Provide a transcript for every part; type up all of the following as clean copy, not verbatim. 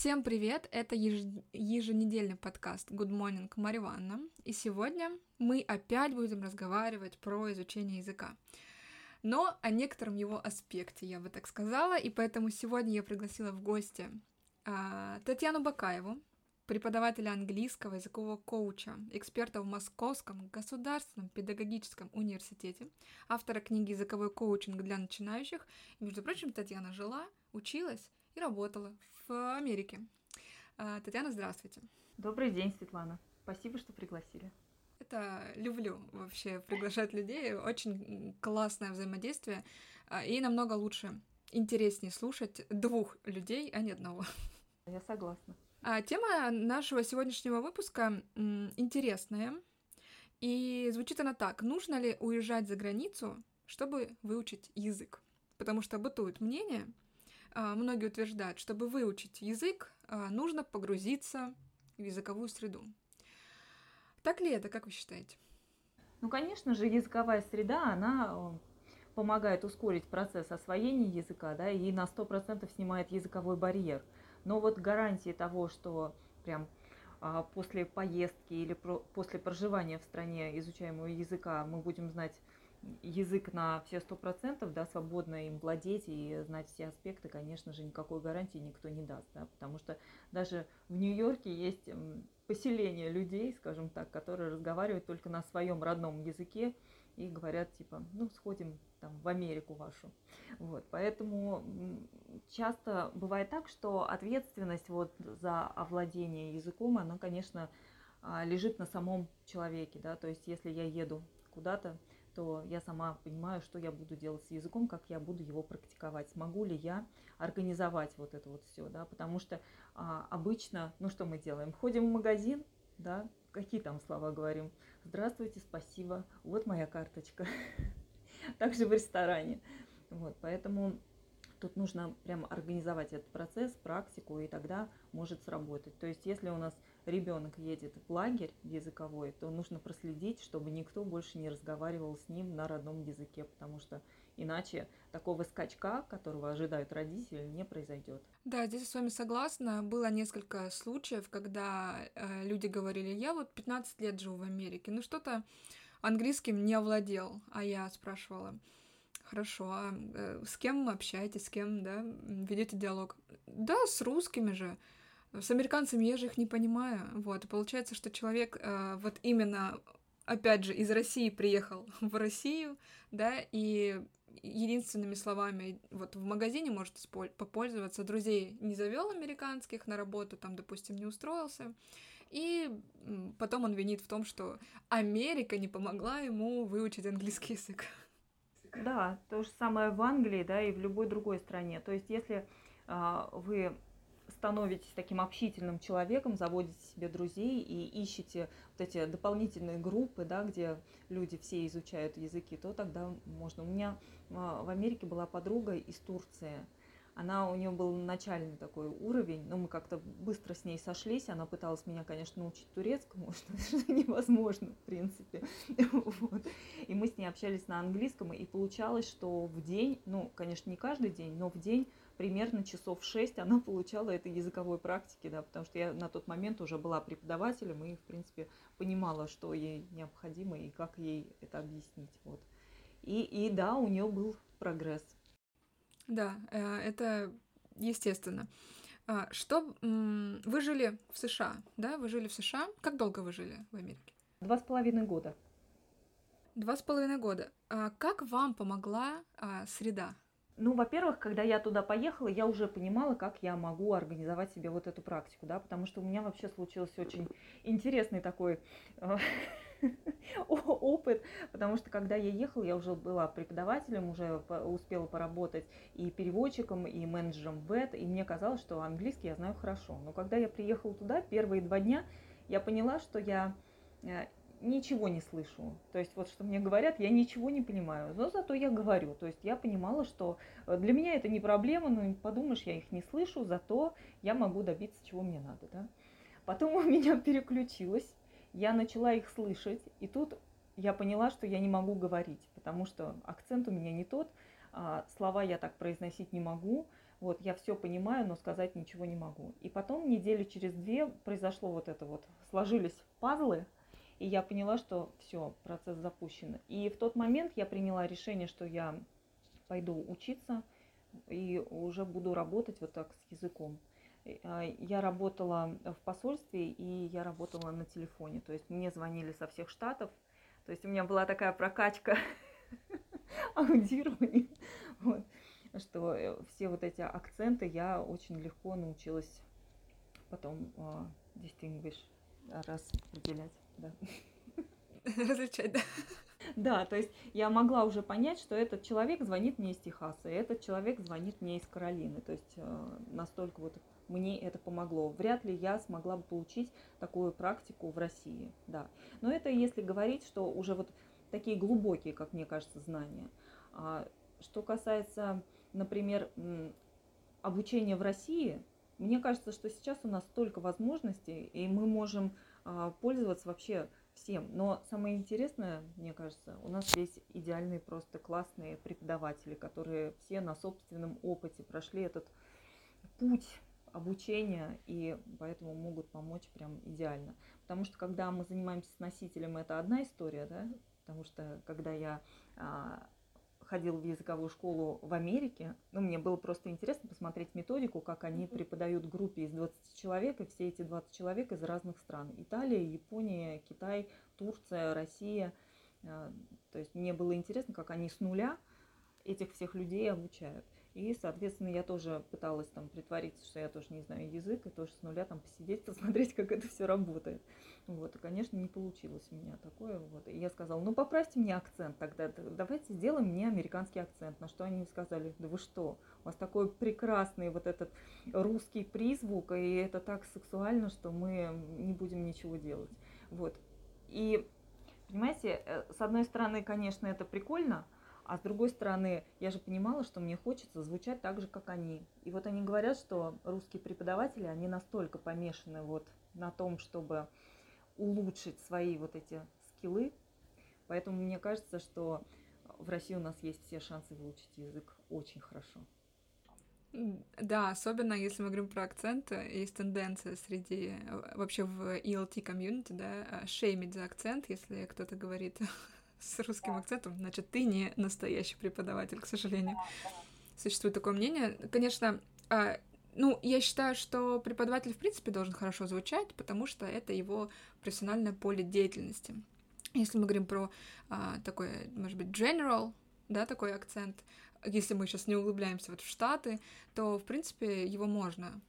Всем привет! Это еженедельный подкаст Good Morning Мариванна. И сегодня мы опять будем разговаривать про изучение языка. Но о некотором его аспекте, я бы так сказала. И поэтому сегодня я пригласила в гости Татьяну Бакаеву, преподавателя английского, языкового коуча, эксперта в Московском государственном педагогическом университете, автора книги «Языковой коучинг для начинающих». И, между прочим, Татьяна жила, училась и работала в Америке. Татьяна, здравствуйте. Добрый день, Светлана. Спасибо, что пригласили. Это люблю вообще приглашать людей. Очень классное взаимодействие. И намного лучше, интереснее слушать двух людей, а не одного. Я согласна. Тема нашего сегодняшнего выпуска интересная. И звучит она так. Нужно ли уезжать за границу, чтобы выучить язык? Потому что бытует мнение, многие утверждают, чтобы выучить язык, нужно погрузиться в языковую среду. Так ли это, как вы считаете? Ну, конечно же, языковая среда, она помогает ускорить процесс освоения языка, да, и на 100% снимает языковой барьер. Но вот гарантии того, что прям после поездки или после проживания в стране изучаемого языка мы будем знать язык на все 100%, да, свободно им владеть и знать все аспекты, конечно же, никакой гарантии никто не даст, да, потому что даже в Нью-Йорке есть поселение людей, скажем так, которые разговаривают только на своем родном языке и говорят, типа, ну, сходим там в Америку вашу. Вот, поэтому часто бывает так, что ответственность вот за овладение языком, она, конечно, лежит на самом человеке, да, то есть если я еду куда-то, то я сама понимаю, что я буду делать с языком, как я буду его практиковать, смогу ли я организовать вот это вот все, да, потому что обычно, ну что мы делаем, ходим в магазин, да, какие там слова говорим, здравствуйте, спасибо, вот моя карточка, также в ресторане, вот, поэтому тут нужно прям организовать этот процесс, практику, и тогда может сработать. То есть, если у нас ребенок едет в лагерь языковой, то нужно проследить, чтобы никто больше не разговаривал с ним на родном языке, потому что иначе такого скачка, которого ожидают родители, не произойдет. Да, здесь я с вами согласна. Было несколько случаев, когда люди говорили, я вот 15 лет живу в Америке, ну что-то английским не овладел. А я спрашивала, хорошо, с кем общаетесь, с кем, да, ведете диалог? Да, с русскими же. С американцами я же их не понимаю. Вот, и получается, что человек вот именно, опять же, из России приехал в Россию, да, и единственными словами вот в магазине может попользоваться, друзей не завел американских на работу, там, допустим, не устроился, и потом он винит в том, что Америка не помогла ему выучить английский язык. Да, то же самое в Англии, да, и в любой другой стране. То есть, если вы становитесь таким общительным человеком, заводите себе друзей и ищете вот эти дополнительные группы, да, где люди все изучают языки, то тогда можно. У меня в Америке была подруга из Турции. У нее был начальный такой уровень, но мы как-то быстро с ней сошлись. Она пыталась меня, конечно, научить турецкому, что невозможно, в принципе. Вот. И мы с ней общались на английском, и получалось, что в день, ну, конечно, не каждый день, но в день примерно часов 6 она получала этой языковой практики, да, потому что я на тот момент уже была преподавателем и, в принципе, понимала, что ей необходимо и как ей это объяснить. Вот. И да, у нее был прогресс. Да, это естественно. Вы жили в США, да? Вы жили в США. Как долго вы жили в Америке? 2,5 года. 2,5 года. Как вам помогла среда? Ну, во-первых, когда я туда поехала, я уже понимала, как я могу организовать себе вот эту практику, да, потому что у меня вообще случился очень интересный такой опыт, потому что когда я ехала, я уже была преподавателем, уже успела поработать и переводчиком, и менеджером ВЭТ, и мне казалось, что английский я знаю хорошо. Но когда я приехала туда, первые 2 дня, я поняла, что я ничего не слышу. То есть вот что мне говорят, я ничего не понимаю, но зато я говорю. То есть я понимала, что для меня это не проблема, ну подумаешь, я их не слышу, зато я могу добиться, чего мне надо. Да? Потом у меня переключилось, я начала их слышать, и тут я поняла, что я не могу говорить, потому что акцент у меня не тот, слова я так произносить не могу, Вот, я все понимаю, но сказать ничего не могу. И потом недели через 2 произошло вот это вот, сложились пазлы, и я поняла, что все, процесс запущен. И в тот момент я приняла решение, что я пойду учиться и уже буду работать вот так с языком. Я работала в посольстве, и я работала на телефоне. То есть мне звонили со всех штатов. То есть у меня была такая прокачка аудирования, вот, что все вот эти акценты я очень легко научилась потом distinguish, распределять. Да. Различать, да. Да, то есть я могла уже понять, что этот человек звонит мне из Техаса, и этот человек звонит мне из Каролины. То есть настолько вот мне это помогло. Вряд ли я смогла бы получить такую практику в России, да. Но это если говорить, что уже вот такие глубокие, как мне кажется, знания. Что касается, например, обучения в России, мне кажется, что сейчас у нас столько возможностей, и мы можем пользоваться вообще всем. Но самое интересное, мне кажется, у нас здесь идеальные, просто классные преподаватели, которые все на собственном опыте прошли этот путь обучения и поэтому могут помочь прям идеально. Потому что когда мы занимаемся с носителем, это одна история, да? Потому что когда я ходила в языковую школу в Америке, мне было просто интересно посмотреть методику, как они преподают группе из 20 человек, и все эти 20 человек из разных стран. Италия, Япония, Китай, Турция, Россия. То есть мне было интересно, как они с нуля этих всех людей обучают. И, соответственно, я тоже пыталась там притвориться, что я тоже не знаю язык, и тоже с нуля там посидеть, посмотреть, как это все работает. Вот, и, конечно, не получилось у меня такое. Вот. И я сказала, поправьте мне акцент тогда, давайте сделаем мне американский акцент. На что они сказали, да вы что, у вас такой прекрасный вот этот русский призвук, и это так сексуально, что мы не будем ничего делать. Вот. И, понимаете, с одной стороны, конечно, это прикольно, а с другой стороны, я же понимала, что мне хочется звучать так же, как они. И вот они говорят, что русские преподаватели, они настолько помешаны вот на том, чтобы улучшить свои вот эти скиллы. Поэтому мне кажется, что в России у нас есть все шансы выучить язык очень хорошо. Да, особенно если мы говорим про акцент, есть тенденция среди вообще в ELT комьюнити, да, шеймить за акцент, если кто-то говорит с русским акцентом, значит, ты не настоящий преподаватель, к сожалению. Существует такое мнение. Конечно, я считаю, что преподаватель, в принципе, должен хорошо звучать, потому что это его профессиональное поле деятельности. Если мы говорим про такой, может быть, general, да, такой акцент, если мы сейчас не углубляемся вот в Штаты, то, в принципе, его можно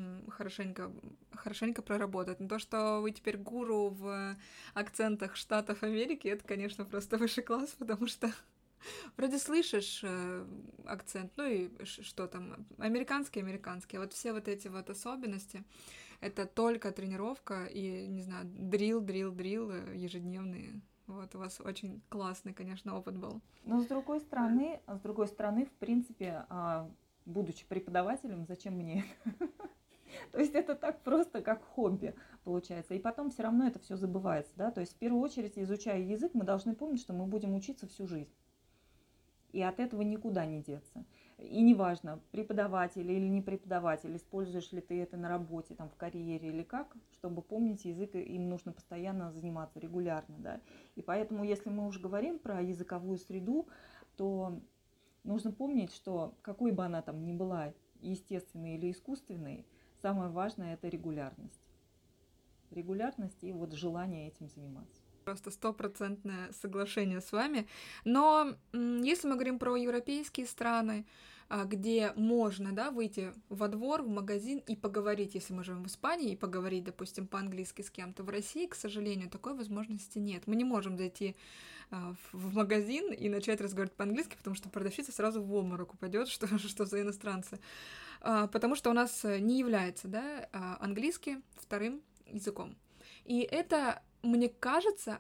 хорошенько проработать. Но то, что вы теперь гуру в акцентах Штатов Америки, это, конечно, просто высший класс, потому что вроде слышишь акцент, и что там, американский, а вот все вот эти вот особенности, это только тренировка и, не знаю, дрил ежедневные. Вот, у вас очень классный, конечно, опыт был. Но с другой стороны, в принципе, будучи преподавателем, зачем мне это? То есть это так просто, как хобби получается. И потом все равно это все забывается, да. То есть в первую очередь, изучая язык, мы должны помнить, что мы будем учиться всю жизнь. И от этого никуда не деться. И неважно, преподаватель или не преподаватель, используешь ли ты это на работе, там, в карьере или как, чтобы помнить язык, им нужно постоянно заниматься, регулярно, да. И поэтому, если мы уже говорим про языковую среду, то нужно помнить, что какой бы она там ни была, естественной или искусственной, самое важное – это регулярность. Регулярность и вот желание этим заниматься. Просто 100% соглашение с вами. Но если мы говорим про европейские страны, где можно, да, выйти во двор, в магазин и поговорить, если мы живем в Испании, и поговорить, допустим, по-английски с кем-то, в России, к сожалению, такой возможности нет. Мы не можем зайти в магазин и начать разговаривать по-английски, потому что продавщица сразу в обморок упадет, что за иностранцы. Потому что у нас не является, да, английский вторым языком. И это, мне кажется,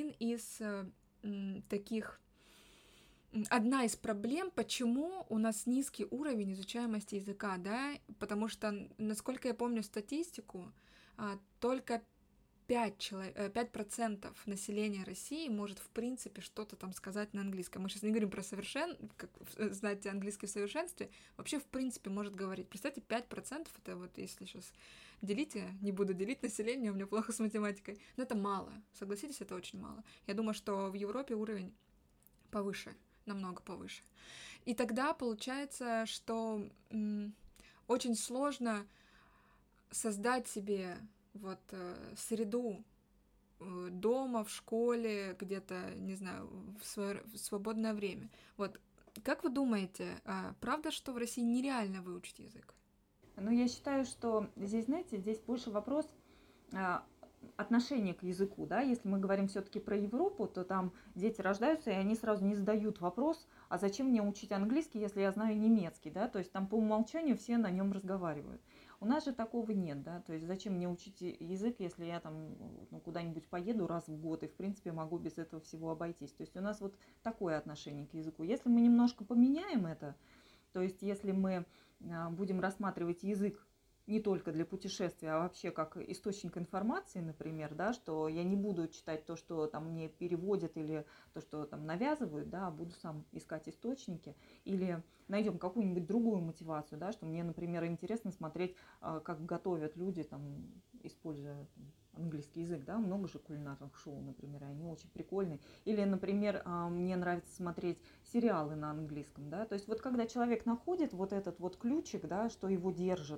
одна из проблем, почему у нас низкий уровень изучаемости языка, да, потому что, насколько я помню статистику, только 5% населения России может, в принципе, что-то там сказать на английском. Мы сейчас не говорим про как знать английский в совершенстве, вообще, в принципе, может говорить. Представьте, 5% это вот, если сейчас делите, не буду делить население, у меня плохо с математикой, но это мало, согласитесь, это очень мало. Я думаю, что в Европе уровень повыше, намного повыше. И тогда получается, что очень сложно создать себе вот среду дома, в школе, где-то, не знаю, в свое свободное время. Вот как вы думаете, правда, что в России нереально выучить язык? Ну, я считаю, что здесь, знаете, здесь больше вопрос отношение к языку, да, если мы говорим все-таки про Европу, то там дети рождаются, и они сразу не задают вопрос, а зачем мне учить английский, если я знаю немецкий, да, то есть там по умолчанию все на нем разговаривают. У нас же такого нет, да, то есть зачем мне учить язык, если я там куда-нибудь поеду раз в год и, в принципе, могу без этого всего обойтись. То есть у нас вот такое отношение к языку. Если мы немножко поменяем это, то есть если мы будем рассматривать язык не только для путешествия, а вообще как источник информации, например, да, что я не буду читать то, что там мне переводят или то, что там навязывают, да, а буду сам искать источники, или найдем какую-нибудь другую мотивацию, да, что мне, например, интересно смотреть, как готовят люди, там, используя английский язык, да, много же кулинарных шоу, например, и они очень прикольные. Или, например, мне нравится смотреть сериалы на английском, да, то есть вот когда человек находит вот этот вот ключик, да, что его держит,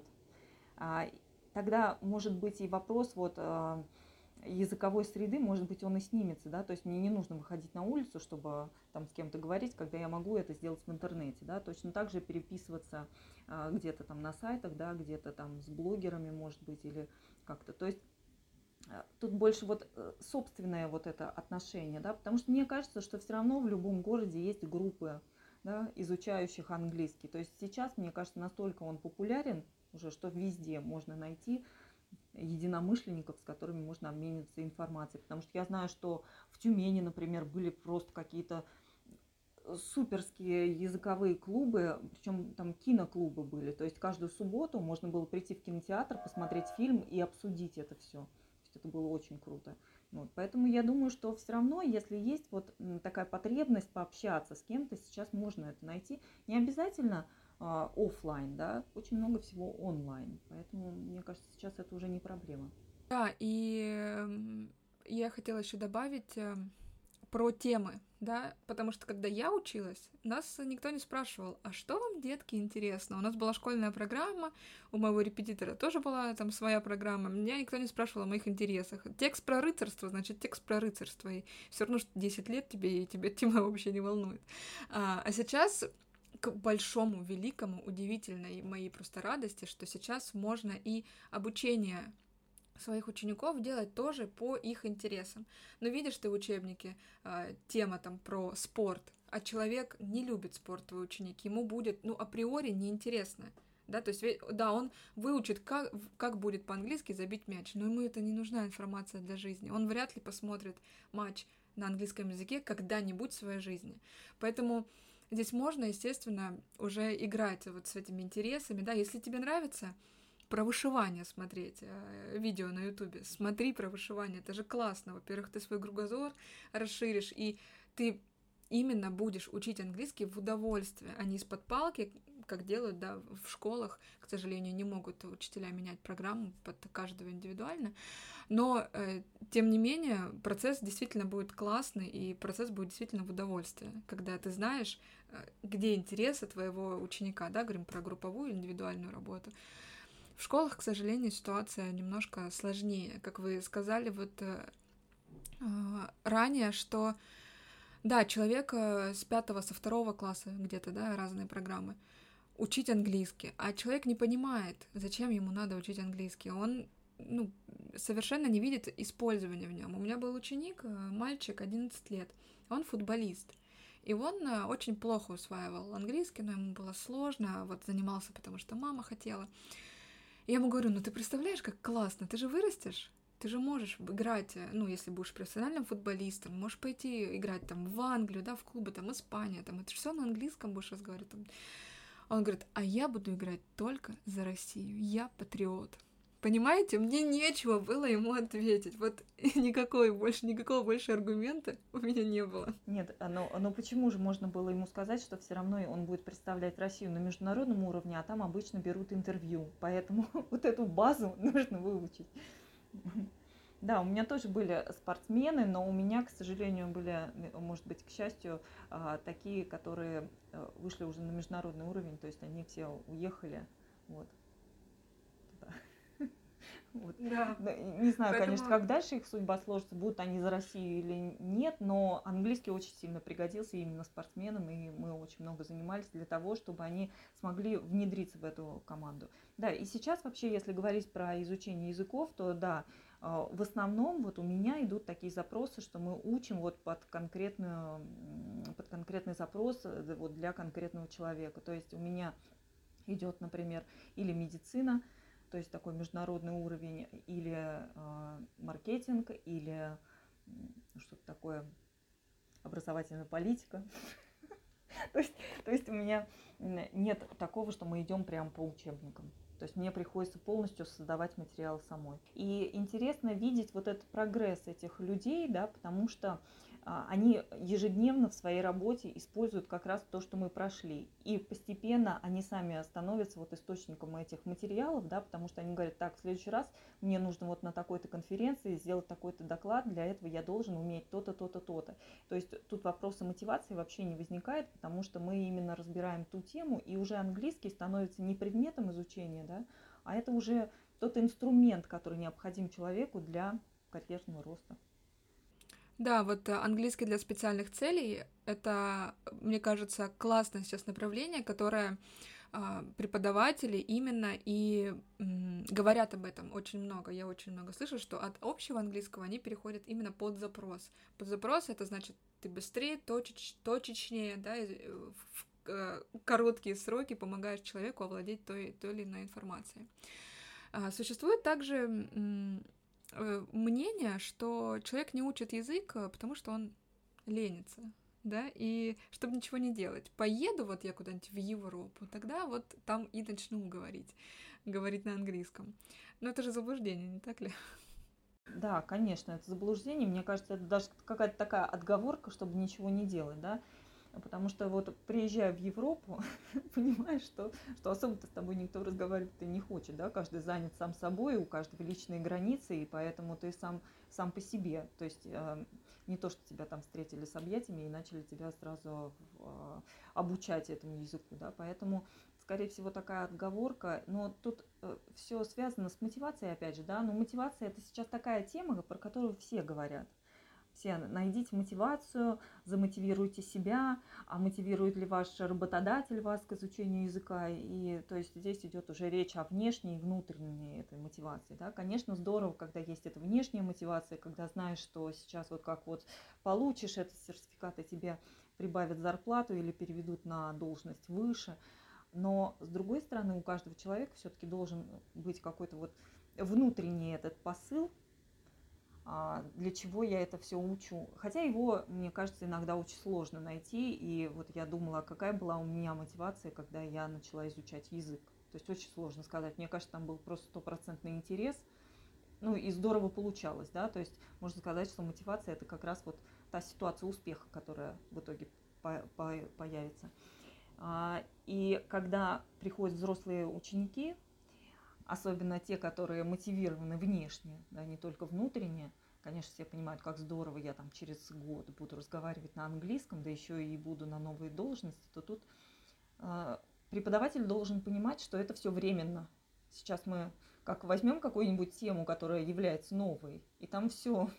тогда может быть и вопрос вот языковой среды, может быть, он и снимется, да, то есть мне не нужно выходить на улицу, чтобы там с кем-то говорить, когда я могу это сделать в интернете, да, точно так же переписываться где-то там на сайтах, да, где-то там с блогерами, может быть, или как-то, то есть тут больше вот собственное вот это отношение, да, потому что мне кажется, что все равно в любом городе есть группы, да, изучающих английский, то есть сейчас, мне кажется, настолько он популярен уже, что везде можно найти единомышленников, с которыми можно обмениваться информацией. Потому что я знаю, что в Тюмени, например, были просто какие-то суперские языковые клубы, причем там киноклубы были. То есть каждую субботу можно было прийти в кинотеатр, посмотреть фильм и обсудить это все. То есть это было очень круто. Вот. Поэтому я думаю, что все равно, если есть вот такая потребность пообщаться с кем-то, сейчас можно это найти. Не обязательно офлайн, да, очень много всего онлайн. Поэтому, мне кажется, сейчас это уже не проблема. Да, и я хотела еще добавить про темы, да, потому что когда я училась, нас никто не спрашивал, а что вам, детки, интересно? У нас была школьная программа, у моего репетитора тоже была там своя программа, меня никто не спрашивал о моих интересах. Текст про рыцарство, значит, текст про рыцарство, и все равно, что 10 лет тебе, и тебя тема вообще не волнует. А сейчас к большому, великому, удивительной моей просто радости, что сейчас можно и обучение своих учеников делать тоже по их интересам. Но видишь ты в учебнике тема там про спорт, а человек не любит спорт, твой ученик, ему будет, ну, априори неинтересно. Да, то есть, да, он выучит, как будет по-английски забить мяч, но ему это не нужна информация для жизни. Он вряд ли посмотрит матч на английском языке когда-нибудь в своей жизни. Поэтому здесь можно, естественно, уже играть вот с этими интересами. Да, если тебе нравится про вышивание смотреть видео на ютубе, смотри про вышивание, это же классно. Во-первых, ты свой кругозор расширишь, и ты именно будешь учить английский в удовольствие, а не из-под палки, как делают, да, в школах. К сожалению, не могут учителя менять программу под каждого индивидуально. Но, тем не менее, процесс действительно будет классный, и процесс будет действительно в удовольствие, когда ты знаешь, где интересы твоего ученика, да, говорим про групповую или индивидуальную работу. В школах, к сожалению, ситуация немножко сложнее. Как вы сказали вот ранее, что да, человек с 5-го, со 2-го класса где-то, да, разные программы, учить английский, а человек не понимает, зачем ему надо учить английский. Он, ну, совершенно не видит использования в нем. У меня был ученик, мальчик, 11 лет, он футболист. И он очень плохо усваивал английский, но ему было сложно, вот занимался, потому что мама хотела. И я ему говорю, ну ты представляешь, как классно, ты же вырастешь, ты же можешь играть, ну, если будешь профессиональным футболистом, можешь пойти играть там в Англию, да, в клубы, там, Испания, там, это все на английском будешь разговаривать. Там. Он говорит, а я буду играть только за Россию, я патриот. Понимаете, мне нечего было ему ответить. Вот никакого больше аргумента у меня не было. Нет, но почему же можно было ему сказать, что все равно он будет представлять Россию на международном уровне, а там обычно берут интервью, поэтому вот эту базу нужно выучить. Да, у меня тоже были спортсмены, но у меня, к сожалению, были, может быть, к счастью, такие, которые вышли уже на международный уровень, то есть они все уехали. Вот. Вот. Да. Не знаю, конечно, Поэтому, как дальше их судьба сложится, будут они за Россию или нет, но английский очень сильно пригодился именно спортсменам, и мы очень много занимались для того, чтобы они смогли внедриться в эту команду. Да, и сейчас вообще, если говорить про изучение языков, то да, в основном вот у меня идут такие запросы, что мы учим вот под конкретный запрос вот для конкретного человека. То есть у меня идет, например, или медицина, то есть такой международный уровень, или маркетинг, или что-то такое, образовательная политика. То есть у меня нет такого, что мы идем прямо по учебникам. То есть мне приходится полностью создавать материал самой. И интересно видеть вот этот прогресс этих людей, да, потому что они ежедневно в своей работе используют как раз то, что мы прошли. И постепенно они сами становятся вот источником этих материалов, да, потому что они говорят, так, в следующий раз мне нужно вот на такой-то конференции сделать такой-то доклад, для этого я должен уметь то-то, то-то, то-то. То есть тут вопроса мотивации вообще не возникает, потому что мы именно разбираем ту тему, и уже английский становится не предметом изучения, да, а это уже тот инструмент, который необходим человеку для карьерного роста. да, вот английский для специальных целей — это, мне кажется, классное сейчас направление, которое преподаватели именно и говорят об этом очень много. Я очень много слышу, что от общего английского они переходят именно под запрос. Под запрос — это значит, ты быстрее, точечнее, да, в короткие сроки помогаешь человеку овладеть той или иной информацией. Существует также мнение, что человек не учит язык, потому что он ленится, да, и чтобы ничего не делать. Поеду вот я куда-нибудь в Европу, тогда вот там и начну говорить на английском. Но это же заблуждение, не так ли? Да, конечно, это заблуждение. Мне кажется, это даже какая-то такая отговорка, чтобы ничего не делать, да. Потому что вот приезжая в Европу, понимаешь, что особо-то с тобой никто разговаривать-то не хочет, да, каждый занят сам собой, у каждого личные границы, и поэтому ты сам по себе. То есть не то, что тебя там встретили с объятиями и начали тебя сразу обучать этому языку, да, поэтому, скорее всего, такая отговорка, но тут все связано с мотивацией, опять же, да, но мотивация это сейчас такая тема, про которую все говорят. Все, найдите мотивацию, замотивируйте себя, а мотивирует ли ваш работодатель вас к изучению языка. И то есть здесь идет уже речь о внешней и внутренней этой мотивации. Да? Конечно, здорово, когда есть эта внешняя мотивация, когда знаешь, что сейчас вот как вот получишь этот сертификат, и тебе прибавят зарплату или переведут на должность выше. Но с другой стороны, у каждого человека все-таки должен быть какой-то вот внутренний этот посыл, для чего я это все учу. Хотя его, мне кажется, иногда очень сложно найти. И вот я думала, какая была у меня мотивация, когда я начала изучать язык. То есть очень сложно сказать. Мне кажется, там был просто стопроцентный интерес. Ну и здорово получалось, да. То есть можно сказать, что мотивация это как раз вот та ситуация успеха, которая в итоге появится. И когда приходят взрослые ученики, особенно те, которые мотивированы внешне, да, не только внутренне. Конечно, все понимают, как здорово я там через год буду разговаривать на английском, да еще и буду на новые должности, то тут преподаватель должен понимать, что это все временно. Сейчас мы как возьмем какую-нибудь тему, которая является новой, и там все,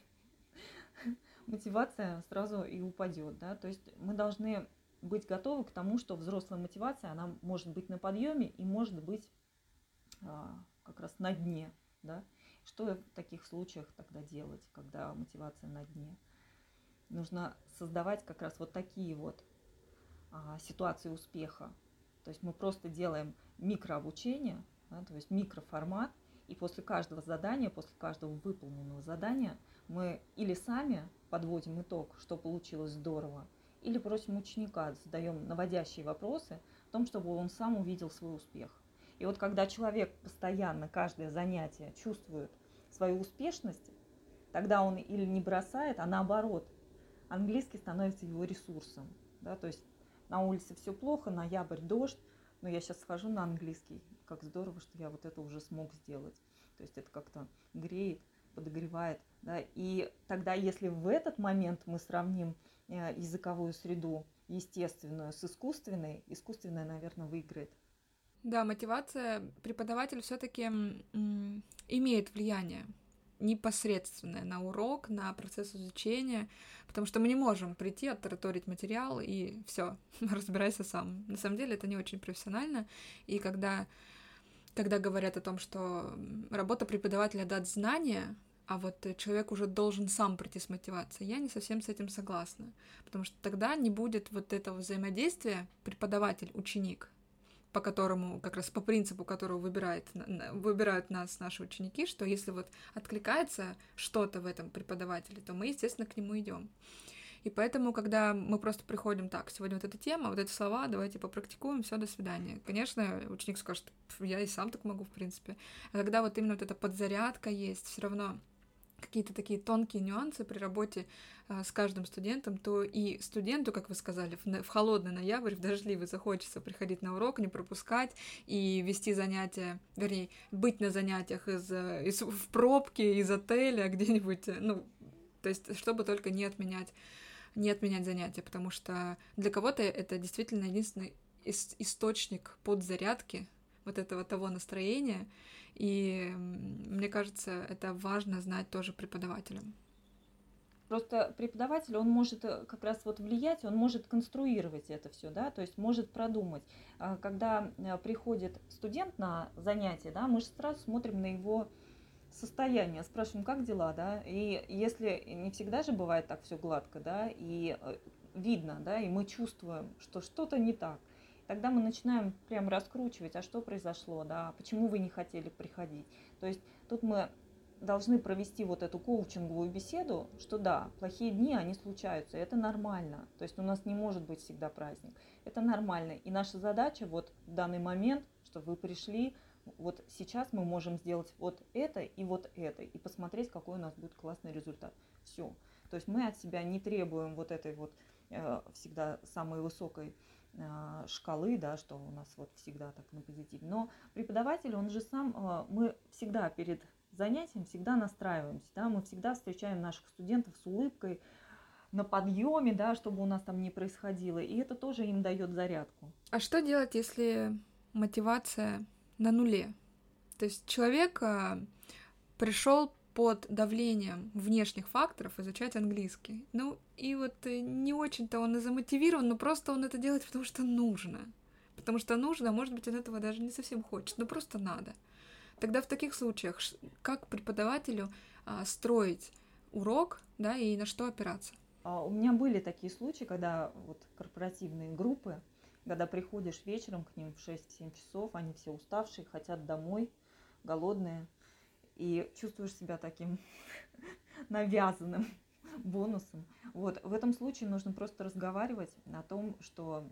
мотивация сразу и упадет. Да? То есть мы должны быть готовы к тому, что взрослая мотивация, она может быть на подъеме и может быть как раз на дне, да? Что в таких случаях тогда делать, когда мотивация на дне? Нужно создавать как раз вот такие вот ситуации успеха. То есть мы просто делаем микрообучение, да, то есть микроформат, и после каждого задания, после каждого выполненного задания мы или сами подводим итог, что получилось здорово, или просим ученика, задаем наводящие вопросы о том, чтобы он сам увидел свой успех. И вот когда человек постоянно, каждое занятие чувствует свою успешность, тогда он или не бросает, а наоборот, английский становится его ресурсом. Да? То есть на улице все плохо, ноябрь, дождь, но я сейчас схожу на английский. Как здорово, что я вот это уже смог сделать. То есть это как-то греет, подогревает. Да? И тогда, если в этот момент мы сравним языковую среду естественную с искусственной, искусственная, наверное, выиграет. Да, мотивация преподавателя все-таки имеет влияние непосредственное на урок, на процесс изучения, потому что мы не можем прийти, оттараторить материал и все, разбирайся сам. На самом деле это не очень профессионально, и когда говорят о том, что работа преподавателя дать знания, а вот человек уже должен сам прийти с мотивацией, я не совсем с этим согласна, потому что тогда не будет вот этого взаимодействия преподаватель-ученик, по которому, как раз по принципу которого выбирают нас наши ученики, что если вот откликается что-то в этом преподавателе, то мы, естественно, к нему идем. И поэтому, когда мы просто приходим так, сегодня вот эта тема, вот эти слова, давайте попрактикуем, все, до свидания. Конечно, ученик скажет, я и сам так могу, в принципе. А когда вот именно вот эта подзарядка есть, все равно какие-то такие тонкие нюансы при работе с каждым студентом, то и студенту, как вы сказали, в холодный ноябрь, в дождливый захочется приходить на урок, не пропускать и вести занятия, вернее, быть на занятиях в пробке, из отеля где-нибудь, ну, то есть, чтобы только не отменять занятия, потому что для кого-то это действительно единственный источник подзарядки вот этого того настроения, и мне кажется, это важно знать тоже преподавателям. Просто преподаватель, он может как раз вот влиять, он может конструировать это все, да, то есть может продумать. Когда приходит студент на занятие, да, мы же сразу смотрим на его состояние, спрашиваем, как дела, да, и если не всегда же бывает так все гладко, да, и видно, да, и мы чувствуем, что что-то не так, тогда мы начинаем прям раскручивать, а что произошло, да, почему вы не хотели приходить. То есть тут мы должны провести вот эту коучинговую беседу, что да, плохие дни, они случаются, это нормально. То есть у нас не может быть всегда праздник. Это нормально. И наша задача вот в данный момент, чтобы вы пришли, вот сейчас мы можем сделать вот это, и посмотреть, какой у нас будет классный результат. Все. То есть мы от себя не требуем вот этой вот всегда самой высокой шкалы, да, что у нас вот всегда так на позитиве. Но преподаватель, он же сам, мы всегда перед занятием всегда настраиваемся, да, мы всегда встречаем наших студентов с улыбкой, на подъеме, да, чтобы у нас там не происходило, и это тоже им дает зарядку. А что делать, если мотивация на нуле? То есть человек пришел под давлением внешних факторов изучать английский. Ну, и вот не очень-то он и замотивирован, но просто он это делает, потому что нужно. Потому что нужно, а может быть, он этого даже не совсем хочет, но просто надо. Тогда в таких случаях как преподавателю строить урок, да, и на что опираться? У меня были такие случаи, когда вот корпоративные группы, когда приходишь вечером к ним в 6-7 часов, они все уставшие, хотят домой, голодные, и чувствуешь себя таким навязанным бонусом. Вот в этом случае нужно просто разговаривать о том, что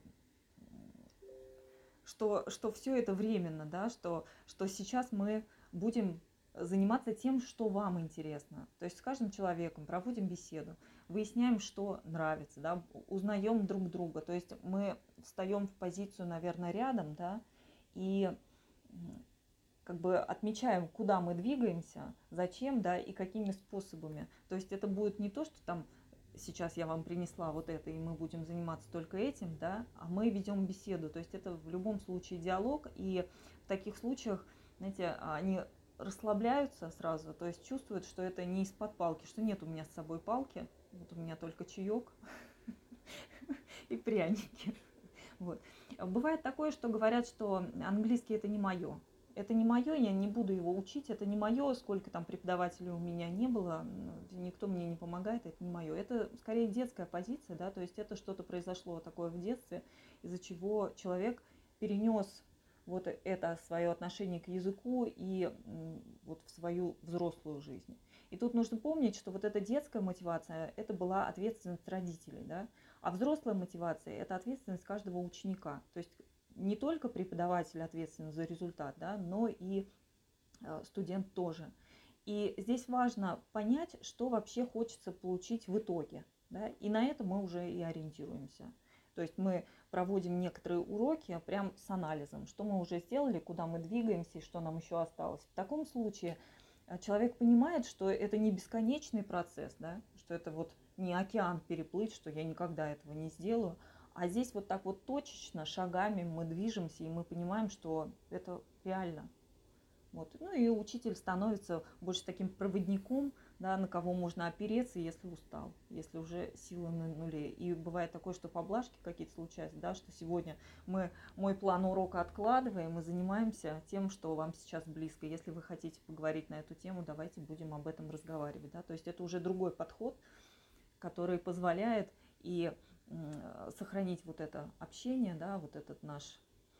все это временно, да, что сейчас мы будем заниматься тем, что вам интересно. То есть с каждым человеком проводим беседу, выясняем, что нравится, да, узнаем друг друга. То есть мы встаем в позицию, наверное, рядом, да, и как бы отмечаем, куда мы двигаемся, зачем, да, и какими способами. То есть это будет не то, что там сейчас я вам принесла вот это, и мы будем заниматься только этим, да, а мы ведем беседу. То есть это в любом случае диалог, и в таких случаях, знаете, они расслабляются сразу, то есть чувствуют, что это не из-под палки, что нет у меня с собой палки, вот у меня только чаек и пряники. Вот. Бывает такое, что говорят, что английский это не мое. Это не мое, я не буду его учить, это не мое, сколько там преподавателей у меня не было, никто мне не помогает, это не мое. Это скорее детская позиция, да, то есть это что-то произошло такое в детстве, из-за чего человек перенес вот это свое отношение к языку и вот в свою взрослую жизнь. И тут нужно помнить, что вот эта детская мотивация, это была ответственность родителей, да, а взрослая мотивация – это ответственность каждого ученика. То есть не только преподаватель ответственен за результат, да, но и студент тоже. И здесь важно понять, что вообще хочется получить в итоге. Да, и на это мы уже и ориентируемся. То есть мы проводим некоторые уроки прям с анализом, что мы уже сделали, куда мы двигаемся и что нам еще осталось. В таком случае человек понимает, что это не бесконечный процесс, да, что это вот не океан переплыть, что я никогда этого не сделаю, а здесь вот так вот точечно, шагами мы движемся, и мы понимаем, что это реально. Вот. Ну и учитель становится больше таким проводником, да, на кого можно опереться, если устал, если уже силы на нуле. И бывает такое, что поблажки какие-то случаются, да, что сегодня мы мой план урока откладываем и занимаемся тем, что вам сейчас близко. Если вы хотите поговорить на эту тему, давайте будем об этом разговаривать. Да. То есть это уже другой подход, который позволяет и сохранить вот это общение, да, вот этот наш...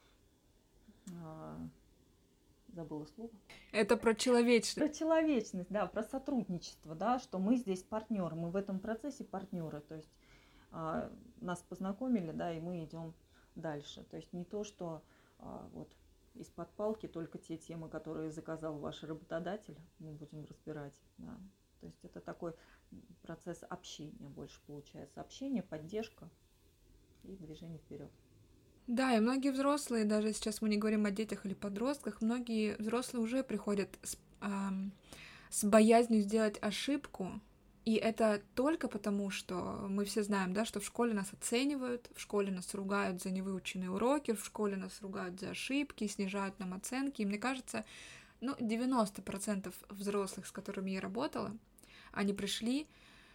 забыла слово. Это про человечность. Про человечность, да, про сотрудничество, да, что мы здесь партнеры, мы в этом процессе партнеры, то есть нас познакомили, да, и мы идем дальше. То есть не то, что вот из-под палки только те темы, которые заказал ваш работодатель, мы будем разбирать, да. То есть это такой процесс общения больше получается, общение, поддержка и движение вперед. Да, и многие взрослые, даже сейчас мы не говорим о детях или подростках, многие взрослые уже приходят с боязнью сделать ошибку, и это только потому, что мы все знаем, да, что в школе нас оценивают, в школе нас ругают за невыученные уроки, в школе нас ругают за ошибки, снижают нам оценки, и мне кажется, 90% взрослых, с которыми я работала, они пришли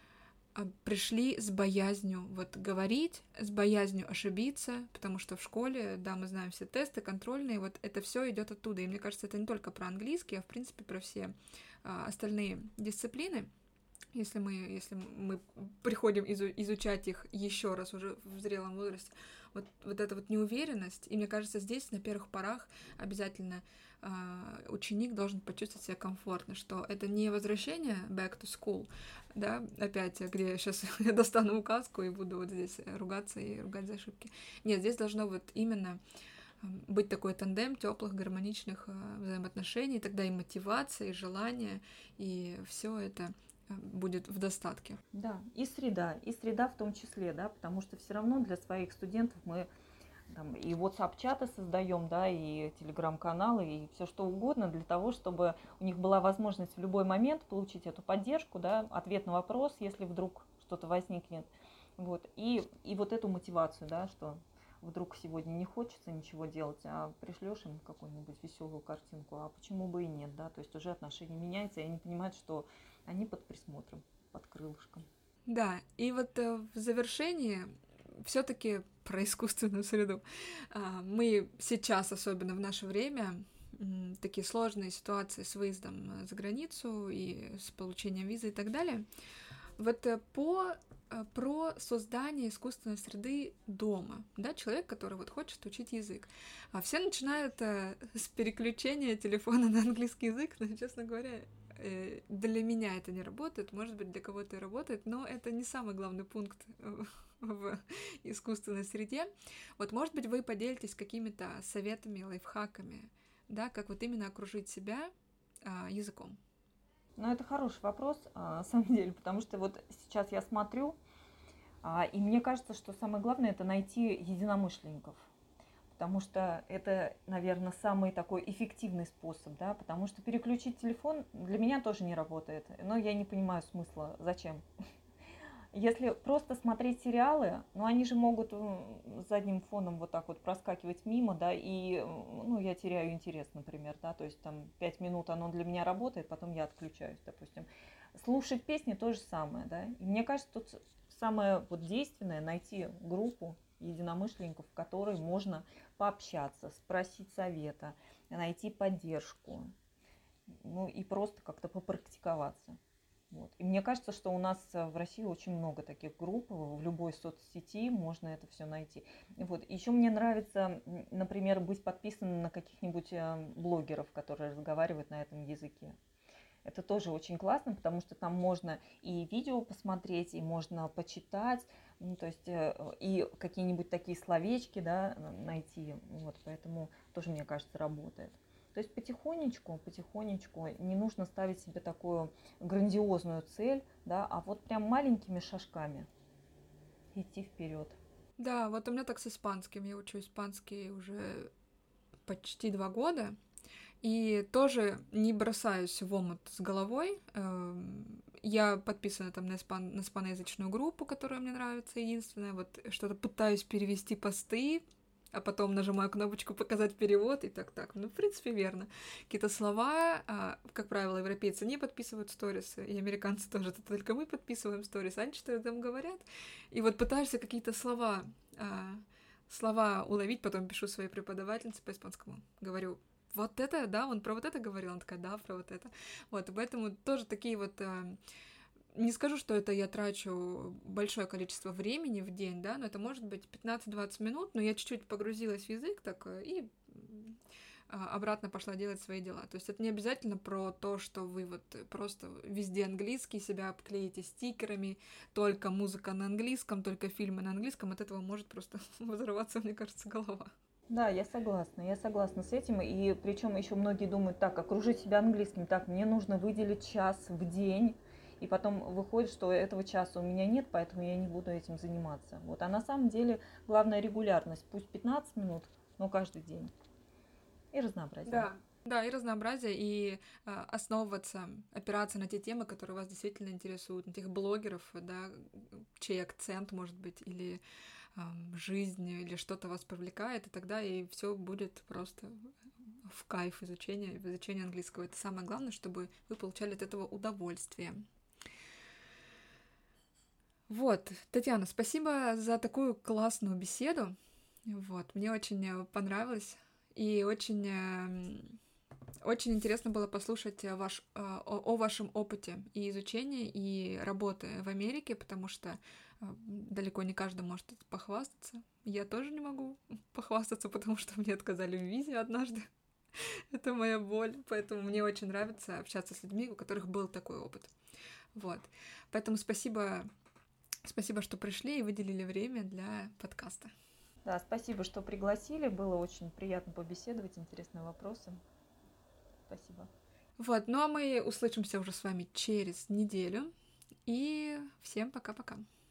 с боязнью вот говорить, с боязнью ошибиться, потому что в школе, да, мы знаем все тесты контрольные, вот это все идет оттуда. И мне кажется, это не только про английский, а в принципе про все остальные дисциплины. Если мы приходим изучать их еще раз уже в зрелом возрасте, вот эта вот неуверенность, и мне кажется, здесь на первых порах обязательно ученик должен почувствовать себя комфортно, что это не возвращение back to school, да, опять, где сейчас я достану указку и буду вот здесь ругаться и ругать за ошибки. Нет, здесь должно вот именно быть такой тандем теплых, гармоничных взаимоотношений, тогда и мотивация, и желание, и все это будет в достатке. Да, и среда в том числе, да, потому что все равно для своих студентов мы там и WhatsApp-чаты создаем, да, и телеграм-каналы, и все что угодно для того, чтобы у них была возможность в любой момент получить эту поддержку, да, ответ на вопрос, если вдруг что-то возникнет, вот, и вот эту мотивацию, да, что вдруг сегодня не хочется ничего делать, а пришлешь им какую-нибудь веселую картинку, а почему бы и нет, да, то есть уже отношение меняется, и они понимают, что они под присмотром, под крылышком. Да, и вот в завершении все-таки про искусственную среду. Мы сейчас, особенно в наше время, такие сложные ситуации с выездом за границу и с получением визы и так далее. Вот про создание искусственной среды дома, да, человек, который вот хочет учить язык. А все начинают с переключения телефона на английский язык, но, честно говоря, для меня это не работает, может быть, для кого-то и работает, но это не самый главный пункт в искусственной среде. Вот, может быть, вы поделитесь какими-то советами, лайфхаками, да, как вот именно окружить себя языком. Ну, это хороший вопрос, на самом деле, потому что вот сейчас я смотрю, и мне кажется, что самое главное – это найти единомышленников, потому что это, наверное, самый такой эффективный способ, да, потому что переключить телефон для меня тоже не работает, но я не понимаю смысла, зачем. Если просто смотреть сериалы, ну, они же могут задним фоном вот так вот проскакивать мимо, да, и, ну, я теряю интерес, например, да, то есть там 5 минут оно для меня работает, потом я отключаюсь, допустим. Слушать песни то же самое, да, и мне кажется, тут самое вот действенное найти группу единомышленников, в которой можно пообщаться, спросить совета, найти поддержку, ну, и просто как-то попрактиковаться. Вот. И мне кажется, что у нас в России очень много таких групп, в любой соцсети можно это все найти. Вот. Еще мне нравится, например, быть подписанным на каких-нибудь блогеров, которые разговаривают на этом языке. Это тоже очень классно, потому что там можно и видео посмотреть, и можно почитать, ну, то есть и какие-нибудь такие словечки, да, найти. Вот, поэтому тоже, мне кажется, работает. То есть потихонечку, потихонечку, не нужно ставить себе такую грандиозную цель, да, а вот прям маленькими шажками идти вперед. Да, вот у меня так с испанским. Я учу испанский уже почти 2 года. И тоже не бросаюсь в омут с головой. Я подписана там на испаноязычную группу, которая мне нравится, единственное. Вот что-то пытаюсь перевести посты, а потом нажимаю кнопочку «Показать перевод», и так. Ну, в принципе, верно. Какие-то слова, как правило, европейцы не подписывают сторисы, и американцы тоже, это только мы подписываем сторисы, они что-то там говорят. И вот пытаешься какие-то слова уловить, потом пишу своей преподавательнице по испанскому, говорю, вот это, да, он про вот это говорил, она такая, да, про вот это. Вот, и поэтому тоже такие вот... Не скажу, что это я трачу большое количество времени в день, да, но это может быть 15-20 минут, но я чуть-чуть погрузилась в язык так и обратно пошла делать свои дела. То есть это не обязательно про то, что вы вот просто везде английский себя обклеите стикерами, только музыка на английском, только фильмы на английском, от этого может просто взорваться, мне кажется, голова. Да, я согласна с этим. И причем еще многие думают, так, окружить себя английским, так, мне нужно выделить час в день, и потом выходит, что этого часа у меня нет, поэтому я не буду этим заниматься. Вот. А на самом деле главная регулярность, пусть 15 минут, но каждый день. И разнообразие. Да. Да, и разнообразие, и основываться, опираться на те темы, которые вас действительно интересуют, на тех блогеров, да, чей акцент, может быть, или жизнь, или что-то вас привлекает, и тогда и все будет просто в кайф изучения английского. Это самое главное, чтобы вы получали от этого удовольствие. Вот, Татьяна, спасибо за такую классную беседу. Вот, мне очень понравилось и очень интересно было послушать о вашем опыте и изучения, и работы в Америке, потому что далеко не каждый может похвастаться. Я тоже не могу похвастаться, потому что мне отказали в визе однажды. Это моя боль, поэтому мне очень нравится общаться с людьми, у которых был такой опыт. Вот. Поэтому спасибо, что пришли и выделили время для подкаста. Да, спасибо, что пригласили. Было очень приятно побеседовать, интересные вопросы. Спасибо. Вот, ну а мы услышимся уже с вами через неделю. И всем пока-пока.